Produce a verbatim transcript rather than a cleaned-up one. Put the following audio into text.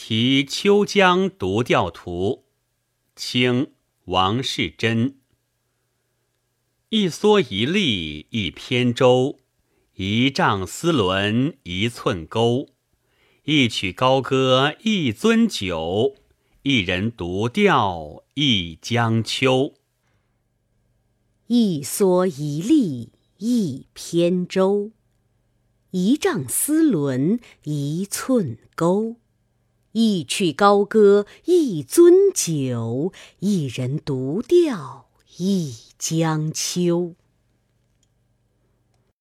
题《秋江独钓图》清王士祯。一蓑一笠一扁舟，一丈丝纶一寸钩。一曲高歌一樽酒，一人独钓一江秋。 一蓑一笠一扁舟，一丈丝纶一寸钩。一曲高歌一樽酒，一人独钓一江秋。